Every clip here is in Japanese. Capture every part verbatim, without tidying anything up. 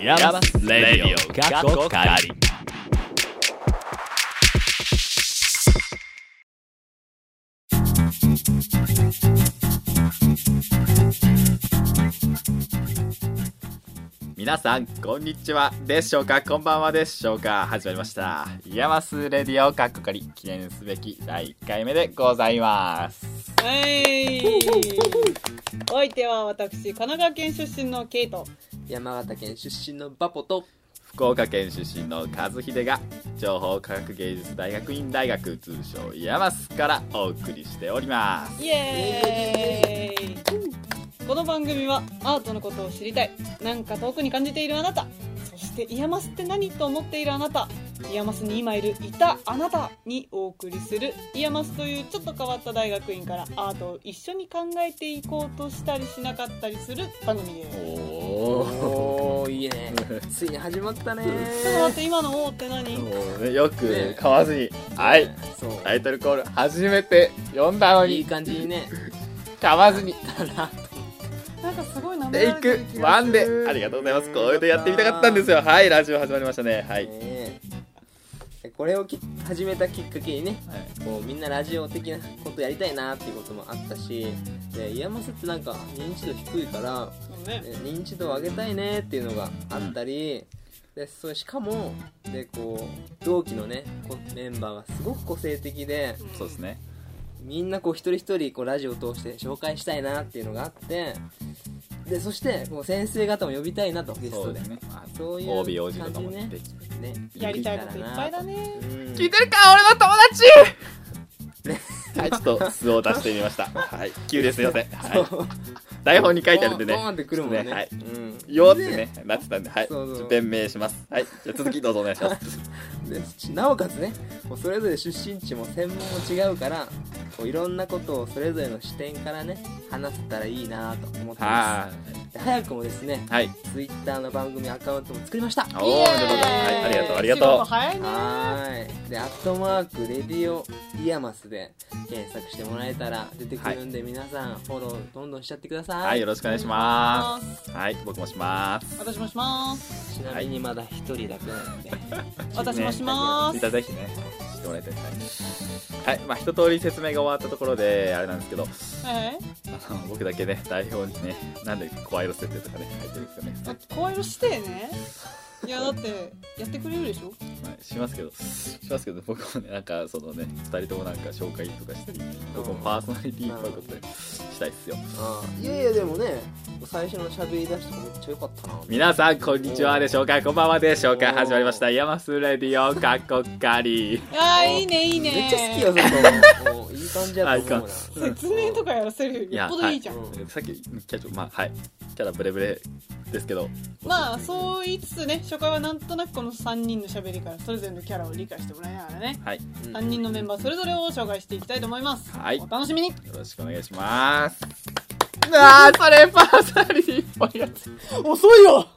ヤマスレディオカッコカリ。皆さんこんにちはでしょうか、こんばんはでしょうか。始まりましたヤマスレディオカッコカリ、記念すべきだいいっかいめでございます。 はい、お相手は私、神奈川県出身のケイト、 山形県出身のバポと福岡県出身の和秀が情報科学芸術大学院大学、通称ヤマスからお送りしております。 イエーイ。この番組はアートのことを知りたい、なんか遠くに感じているあなた、そしてイヤマスって何と思っているあなた、イヤマスに今いるいたあなたにお送りするイヤマスというちょっと変わった大学院からアートを一緒に考えていこうとしたりしなかったりする番組です。 おーいいねついに始まったね。 ちょっと待って、今の「お」って何？ もうね、よく買わずに、ね、はい、 そうタイトルコール初めて読んだのにいい感じにね買わずになんかすごいなめられてる気がする。 ワンでありがとうございます。こういうのやってみたかったんですよ。はい、ラジオ始まりましたね。はい、 ね、これをき始めたきっかけにね、はい、こうみんなラジオ的なことやりたいなっていうこともあったし、でイヤマスってなんか認知度低いから、ね、認知度を上げたいねっていうのがあったり、うん、でそれしかもでこう同期のねメンバーがすごく個性的で、 うん、そうですね、 みんなこう一人一人こうラジオを通して紹介したいなっていうのがあって、でそしてこう先生方も呼びたいなと、ゲストで、そうですね、そういう感じでオービーオージー とかもね、 ね、やりたいこといっぱいだね。 聞いてるか俺の友達ね、はい、ちょっと素を出してみました。はい、急ですいません。はい、台本に書いてあるんでね、 ボーンってくるもんね、 はい、 うん、 よってねなってたんで、はい、 そうそう弁明します。はい、じゃあ続きどうぞお願いしますでなおかつね、それぞれ出身地も専門も違うから、こういろんなことをそれぞれの視点からね話せたらいいなと思ってます。で早くもですね、はい、ツイッターの番組アカウントも作りました。 おー、はい、ありがとうありがとう。 早いね。 はいでアットマークレディオイヤマスで検索してもらえたら出てくるんで、はい、皆さんフォローどんどんしちゃってください。 はい、よろしくお願いします。はい、僕もします。 私もします。 ちなみにまだ一人だけなんで、はい、 私もします。 いたぜひねしてもらいたい。はい、まあ一通り説明が終わったところであれなんですけど、 えあの僕だけね代表にね、なんで声色設定とかね書いてるんですかね。 声色してね。いやだってやってくれるでしょ。 まあ、しますけどしますけど僕もねなんかそのねふたりともなんか紹介とかしたり、僕もパーソナリティっぽいことでしたいっすよ。 あいやいやでもね最初の喋り出しとかめっちゃ良かったな。 皆さんこんにちはでしょうか、こんばんはでしょうか。始まりましたヤマスレディオカッコカリ。 あーいいねいいね、 めっちゃ好きよそこいい感じやと思うな。 説明とかやらせるよりよっぽどいいじゃん。 はい、さっきキャッチまあはいキャラブレブレですけど、 まあそう言いつつね、初回はなんとなくこのさんにんの喋りからそれぞれのキャラを理解してもらいながらね、はい、さんにんのメンバーそれぞれを紹介していきたいと思います。はい、お楽しみに。よろしくお願いします。あーそれパーソナリティっぽいやつ遅いよ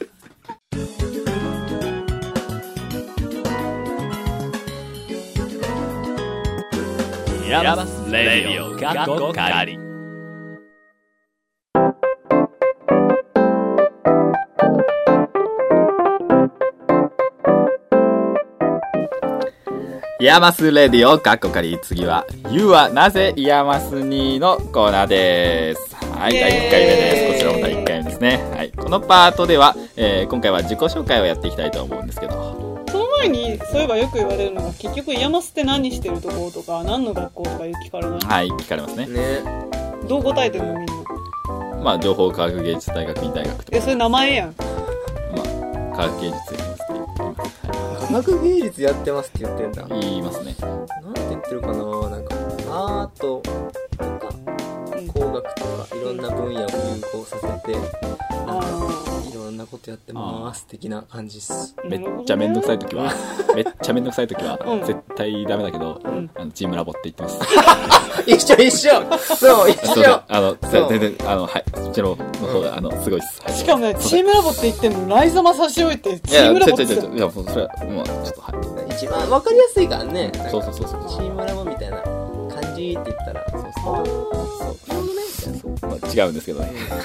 ヤマスレディオカッコカリ。イヤマスレディオカッコカリ、次は You はなぜイヤマスにのコーナーです。はい、だいいっかいめです。こちらもだいいっかいめですね。はい、このパートでは、えー、今回は自己紹介をやっていきたいと思うんですけど、 その前にそういえばよく言われるのが、結局イヤマスって何してるところとか何の学校とか聞かれない？ はい、聞かれますね。 ね、 どう答えてるのみんな？ まあ情報科学芸術大学院大学とか。 え、それ名前やん。 まあ科学芸術やりますって言います。 科学芸術やってますって言ってんだ。 言いますね。 なんて言ってるかな、なんかアートとか工学とかいろんな分野を融合させて、なんかいろんなことやってます的な感じっす。 めっちゃめんどくさい時はめっちゃめんどくさい時は、うん、絶対ダメだけど、うん、あのチームラボって言ってます一緒一緒そう一緒あの全然あのはいそっちの方が、うん、あのすごいっす。 しかもねチームラボって言ってんのライザマ差し置いてチームラボっていやいやいやそれはもうちょっとはい一番わかりやすいからね。 そうそうそうそうチームラボみたいな感じって言ったらそうそうそうそう、 まあ、違うんですけどね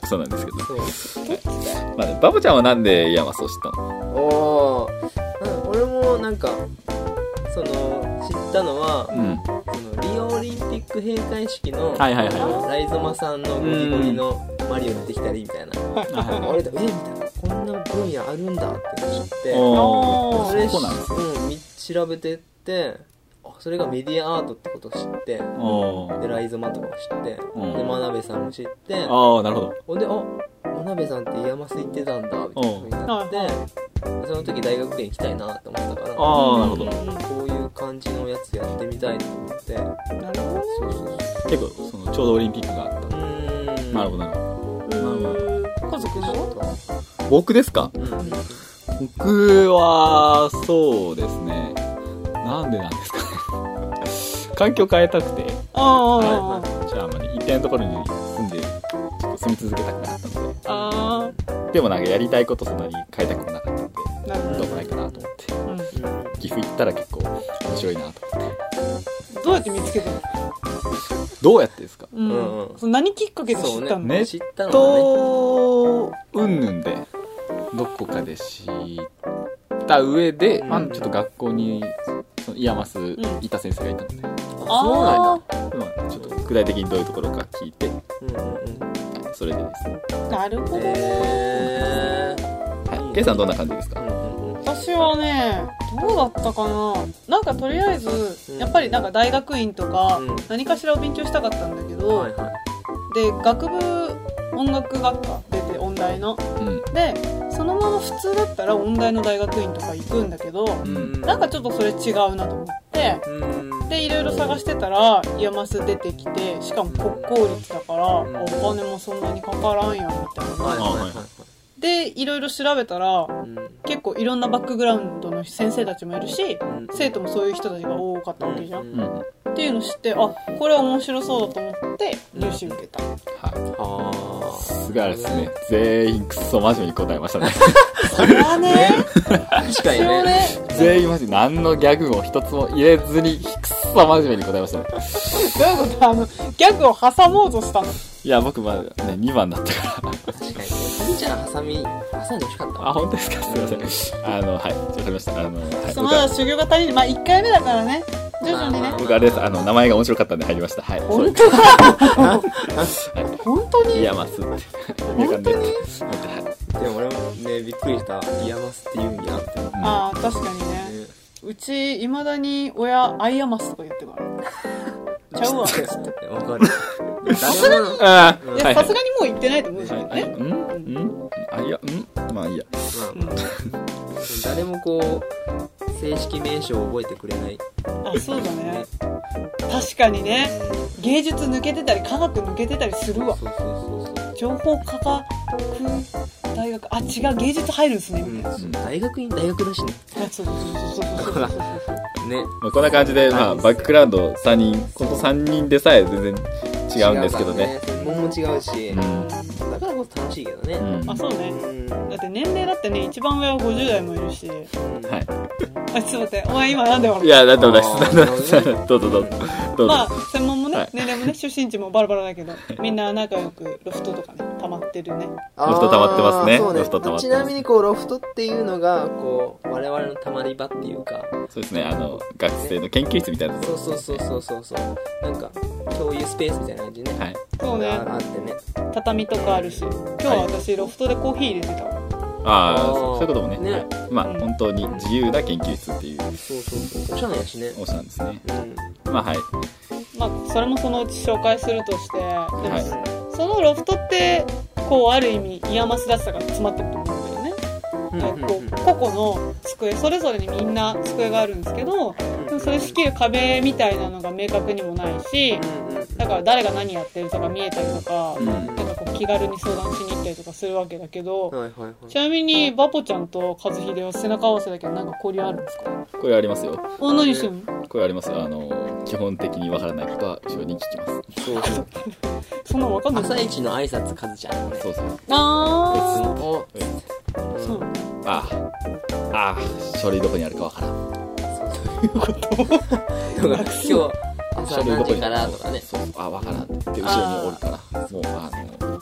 そうなんですけど。 そうまあね、バボちゃんはなんでイヤマスを知ったの？ おー、俺もなんかその知ったのは、 うん。 そのリオオリンピック閉会式の、 はいはいはい。 ライゾマさんのゴリゴリのマリオ出てきたりみたいな、俺だえみたいな、こんな分野あるんだって知っておー、 それそうなんですね。 うんみ調べてってあそれがメディアアートってことを知っておー。 でライゾマとかを知ってうんで真鍋さんも知ってあー、なるほど。 ほんであ真鍋さんってイヤマス行ってたんだみたいな風になってでその時大学院行きたいなって思ったからあー、なるほど。 こういう感じのやつやってみたいと思ってなるほどね。 そうそうそう結構、その、ちょうどオリンピックがあった。 うーんなるほどなるほど。 家族と僕ですか？ うんうん僕は、そうですね。なんでなんですかね。環境変えたくて、 ああ、 はい、じゃあ、まあね、一定のところに住んで、ちょっと住み続けたくなかったので、 あでもなんかやりたいことそんなに変えたくもなかったので、 あ、なるほどうもないかなと思って、 ど。うん。 うん岐阜行ったら結構面白いなと思って。 どうやって見つけたの？ どうやってですか？ うんうんうんその何きっかけで知そうったの？ ね知ったのはねと、うんぬんで、どこかで知った上で、 うんまあ、ちょっと学校に、そのイヤマスいた先生がいたので、 あそうなんだあまあ、ちょっと具体的にどういうところか聞いて、 うんうんうんそれでですね。 ーなるほどね。 へーはい。ケイさんどんな感じですか？ うんうんうん私はね、どうだったかな。なんかとりあえず、 うんやっぱりなんか大学院とかうん何かしらを勉強したかったんだけど、 はいはいで学部音楽学科出て音大のうん。 でそのまま普通だったら音大の大学院とか行くんだけど、 うんなんかちょっとそれ違うなと思ってうんでいろいろ探してたらイヤマス出てきてしかも国公立だから、 うんお金もそんなにかからんやんみたいな、 はいはいはいでいろいろ調べたらうん結構いろんなバックグラウンドの先生たちもいるしうん生徒もそういう人たちが多かったわけじゃん、 うんうん。 っていうの知ってあこれは面白そうだと思って入試受けた、 はい。 はすごいあれですね。全員クソ真面目に答えましたね。 それはね確かにそれはねね全員マジで何のギャグも一つも入れずにクソ真面目に答えましたね。 どういうことあのギャグを挟もうとしたのいや、僕まだね、にばんだったから。 確かにねふみちゃんハサミ挟んでほしかったあ、本当ですか？すいません。あの、はい。わかりました。あの、はい。 そうまだ修行が足りないまあいっかいめだからね徐々にねまあまあ僕あれです。あの、名前が面白かったんで入りました。はい。 本当か本当にイヤマスって。 本当にはい。 でも俺もねびっくりしたイヤマスって言うんやってああ確かにねねうちいまだに親アイアマスとか言ってるからちゃうわっつってわかる誰もあうんいやさすがにもう言ってないと思うしはい。はい。 ねうんうんあ、いや、うんまあいいや。 うんまあ誰もこう正式名称を覚えてくれないあそうだね確かにね芸術抜けてたり科学抜けてたりするわそうそうそうそう情報科学大学あ違う芸術入るんですねみたいな、 うん大学院大学だしねあそうそうそうそうそうそうそうそうねまあ、こんな感じで、まあ、バックグラウンドさんにん、このさんにんでさえ全然違うんですけどね。 専門も違うし、 うん。 だからこそ楽しいけどねうん。 あそうねうんだって年齢だってね一番上はごじゅう代もいるしはい。 あちょっと待ってお前今なんで笑いや、なんでもないあーです。どうぞどうぞ。どうぞ。 まあ専門もね、 はい年齢もね出身地もバラバラだけどみんな仲良くロフトとかね溜まってるねあーロフト溜まってますねそうロフト溜まってますちなみにこうロフトっていうのがこう我々のたまり場っていうかそうですね、あの、学生の研究室みたいなところ。 そうそうそうそうそうそうなんか共有スペースみたいな感じでね、 はい。 そうねああってね畳とかあるし今日は私ロフトでコーヒー入れてたわああ、 あーそうそういうこともね。 ねはいまあ、 うん本当に自由な研究室っていうそうそうそうおしゃれやしねおっしゃるんですね。 うんまあ、はい。 まあそれもそのうち紹介するとしてでも、 はそのロフトってこうある意味イヤマスらしさが詰まってると思うんだよねうんうんうんこう個々の机それぞれにみんな机があるんですけどでもそれ仕切る壁みたいなのが明確にもないしうんうんだから誰が何やってるとか見えたりとか、 うんなんかこう気軽に相談しに行ったりとかするわけだけど、 はいはいはいちなみにバポちゃんと和秀は背中合わせだけどなんか交流あるんですか？ これありますよ。 お何するの？ これありますよ。あの、基本的にわからないことは後ろに聞きます。 そうそうそんなのわかんない。 朝一の挨拶カズちゃんこれそうそう。 あーおそうああ、ああ、書類どこにあるかわからん。 とか今日朝何時からとかねそうそう、あ、わからんって言って後ろにおるから、もう、あの、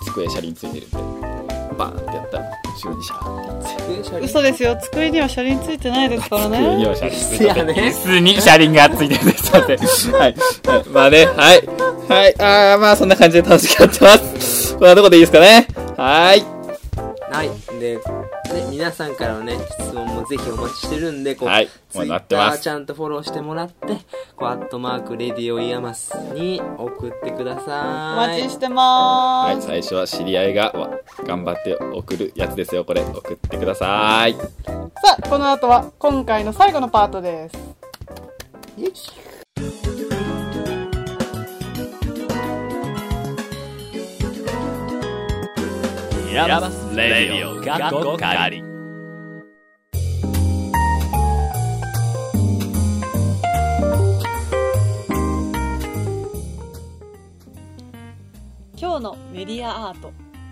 机車輪ついてるんでバーンってやったら後ろにシャーって机車輪嘘ですよ、机には車輪ついてないですからね。 机には車輪ついてるいやね椅子に車輪がついてるんですのではい、はい、まあねはいはいあーまあそんな感じで楽しくやってますこんなとこでいいですかね。はいはいで、ね、皆さんからのね質問もぜひお待ちしてるんでこう、 はいツイッもうなってますターちゃんとフォローしてもらってこうアットマークレディオイヤマスに送ってくだおさい。 待ちしてまはい、 ーす。 最初は知り合いがわ頑張って送るやつですよ。これ送ってください。 さあ、この後は今回の最後のパートです。 ヤマスレディオ過去仮。 今日のメディアアート。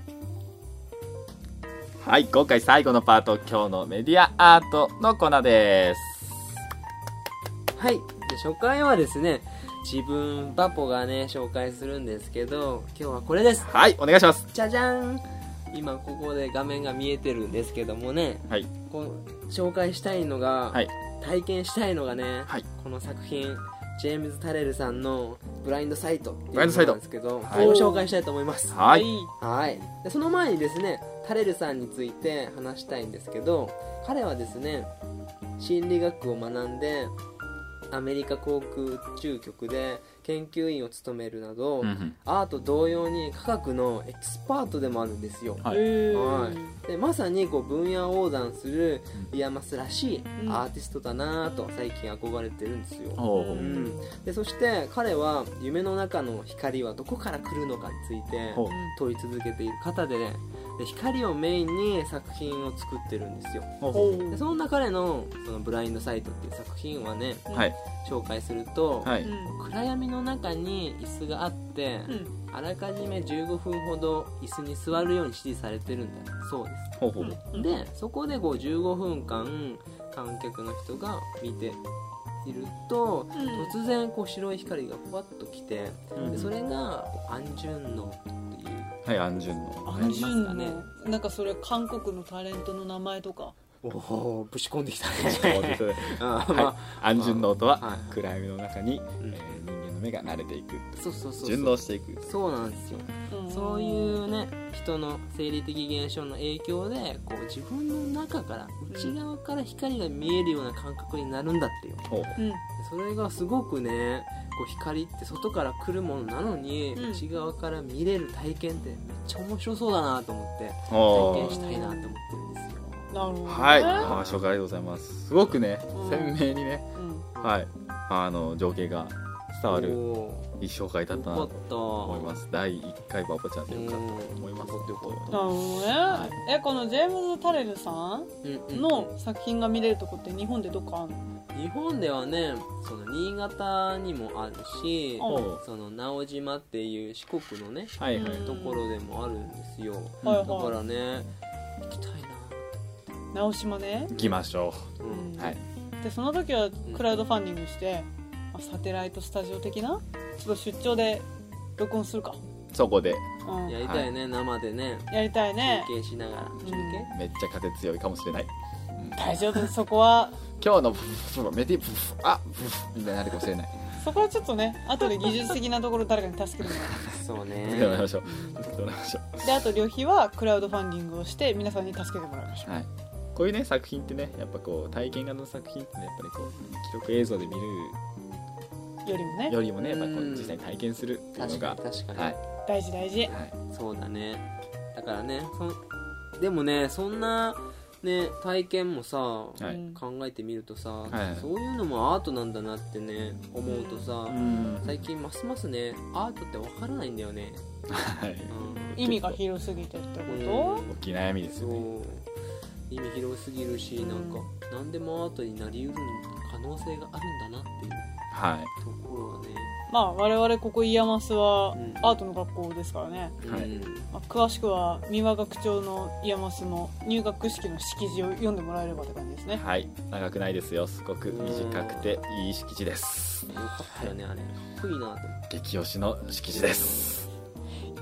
はい、今回最後のパート、今日のメディアアートのコーナーです。 はいで初回はですね自分バポがね紹介するんですけど今日はこれです。 はい、お願いします。 じゃじゃん。今ここで画面が見えてるんですけどもね、 はい、 この紹介したいのが、 はい、 体験したいのがね、 はい、 この作品ジェームズ・タレルさんのブラインドサイトっていうブラインドサイトなんですけど、 はいこれを紹介したいと思います。 はい、 はいでその前にですねタレルさんについて話したいんですけど、彼はですね心理学を学んでアメリカ航空宇宙局で研究員を務めるなど、 うんうん、 アート同様に科学のエキスパートでもあるんですよ。 はい、 はい、でまさにこう分野を横断するイヤマスらしいアーティストだなと最近憧れてるんですよ。 おーうん、でそして彼は夢の中の光はどこから来るのかについてほう問い続けている方で、ね、で光をメインに作品を作ってるんですよ。 ほうほでそんな彼のそのブラインドサイトっていう作品はね、 うはい、 紹介すると、 はい、 暗闇の中に椅子があって、 うんあらかじめじゅうごふんほど椅子に座るように指示されてるんだそうです。 ほうほううんでそこでこうじゅうごふんかん観客の人が見ていると、 うん突然こう白い光がふわっときて、 うんでそれがアンジュンノっていうはい、アンジュンのアンジュンありのなんかそれ韓国のタレントの名前とか。 おおぶち込んできたそうねですねあ、 はまい、アンジュンの音ははい暗闇の中に、 うんえー人間の目が慣れていく、 そうそうそうそう順応していく。 そうなんですよ。 うんそういうね人の生理的現象の影響でこう自分の中から内側から光が見えるような感覚になるんだってよ。 ほううんでそれがすごくねこう光って外から来るものなのに、 うん内側から見れる体験ってめっちゃ面白そうだなと思ってほう体験したいなと思ってるんですよ。 なるほどね。 はい、あ紹介ありがとうございます。すごくね、 うん鮮明にね、 うんはい、あの情景が伝わるおいい紹介だったなとーよかった思います。だいいっかいバボちゃんでよかったと思います。 よかったよかったなるほどね、 はえこのジェームズ・タレルさんうんうんの作品が見れるとこって日本でどっかあるの？ 日本ではねその新潟にもあるし、 うんほその直島っていう四国のねうはいはい、 うんところでもあるんですよ。 はいはいだからね行きたいな。 直島ね。 行きましょううんんう。はい、 でその時はクラウドファンディングして、まあサテライトスタジオ的なちょっと出張で録音するか、 そこでうん、 やりたいね、生でねやりたいね。 中継しながら中継、 めっちゃ風強いかもしれない。 大丈夫、そこは今日のメディあみたいになるかもしれない。 そこはちょっとね後で技術的なところ誰かに助けてもらそう助けねてもらいましょう。助けてもらいましょうであと旅費はクラウドファンディングをして皆さんに助けてもらいましょう。はい。こういうね作品ってねやっぱこう体験型の作品ってねやっぱりこう記録映像で見るうよりもねよりもねやっぱこううん実際に体験するっていうの確かがに確かに、 はい大事大事。 はいそうだね。だからねそでもねそんなね体験もさ、 はいうん考えてみるとさ、 はいはいそういうのもアートなんだなってね思うとさ、 うん最近ますますねアートってわからないんだよね、 はいうん、 意味が広すぎてってこうんと？ 大きな悩みですそよね。 う意味広すぎるし、 うんなんか何でもアートになりうる可能性があるんだなっていうはいところはね、 まあ我々ここイヤマスはうんアートの学校ですからね、 はいうんまあ、詳しくは三輪学長のイヤマスの入学式の式辞を読んでもらえればって感じですね。 はい長くないですよ。すごく短くていい敷地です。 よかったよねあれかっこいいなと思って。 激推しの敷地です。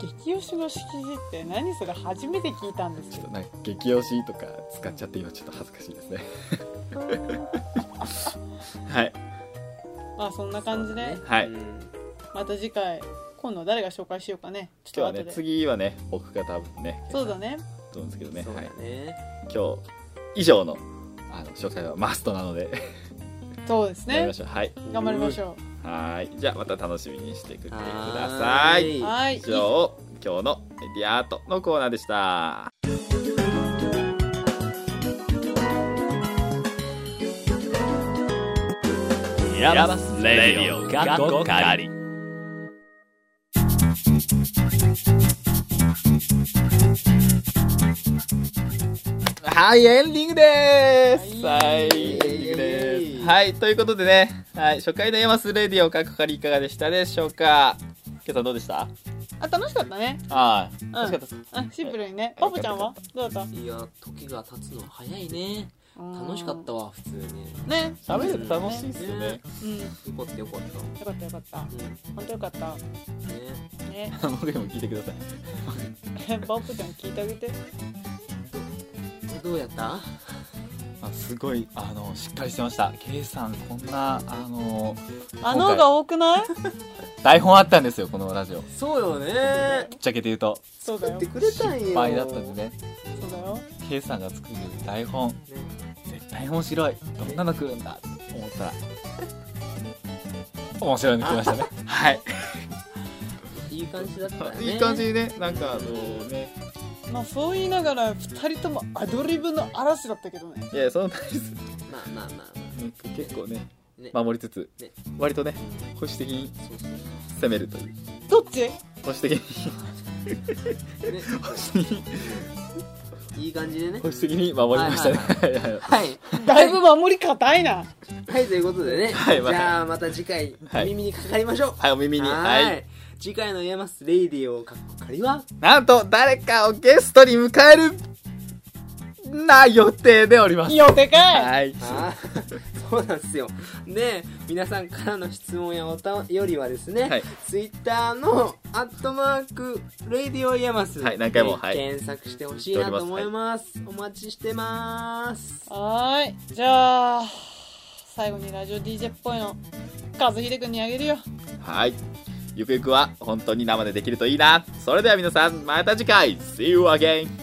激推しの識字って何それ、初めて聞いたんですけど。 ちょっとなんか激推しとか使っちゃって今ちょっと恥ずかしいですねはい。 まあそんな感じで、 はい、 うんまた次回今度誰が紹介しようかね。ちょっと後で。 今日はね、次はね僕が多分ね、 そうだね。 そうですけどね。 そうだはい。 ね。 今日以上のあの紹介はマストなのでそうですねやりま。しょう。はい。 頑張りましょはい。じゃあまた楽しみにしてくれてくだはさい。 ーいう。はい。 以上、今日のメディアアートのコーナーでした。 イヤマスレディオ過去仮。 はい、エンディングでーす。 ははいい、エンディングでーす。はい、ということでね、はい、初回のイヤマスレディオ過去仮いかがでしたでしょうか。今朝どうでした？ あ、楽しかったね。 はい、 ん楽しかったです。 あ、シンプルにね。パポちゃんはどうだっいや、時が経つの早いね。 た？ 楽しかったわ、普通に。 ね。 喋ると楽しいですよね。 うん。よよかったよかった。 かったよかった。 うほんとよかった。 ん。ね。 ね。 僕にも聞いてください。 パポちゃん聞いてあげて。 どうやった？ あ、すごい、あの、しっかりしてました。K さん、こんな、あの、 あのが多くない？ 台本あったんですよ、このラジオ。 そうよね。 ぶっちゃけて言うと、 そうだよ言って。くれたんよ。 いっぱいだったんでね。 そうだよ。 K さんが作る台本、 ね。 絶対面白い。どんなの来るんだって思ったら、面白いの来ましたね。はい。 いい感じだったね。 いい感じにね、なんかあのね、 まあそう言いながら二人ともアドリブの嵐だったけどね。 いや、そのタイプ、ね、 まあまあまあま結構ね、 あ。ね。 守りつつ、 ね割とね、保守的にそうそう。 攻めるという。 どっち？ 保守的に、 ね。 保守的に、 いい感じでね保。守的に守りましたね。はいはいはい。 はい。 だいぶ守り硬いな。 はい、ということでね。 はいまあじゃあまた次回、 はいお耳にかかりましょう。 はい、お耳に。 ははいい。 次回のイヤマスレイディオかっこ仮はなんと、誰かをゲストに迎える、な予定でおります。 予定かい。 はい。 あーそうなんですよ。で、皆さんからの質問やおたよりはですね、 はいツイッターのアットマークレディオイヤマスはい何回もではい検索してほしいなと思います。お待ちしてます。 はーい。じゃあ、最後にラジオ ディージェー っぽいの、和秀くんにあげるよ。 はい。ゆくゆくは本当に生でできるといいな。それでは皆さん、また次回 See you again!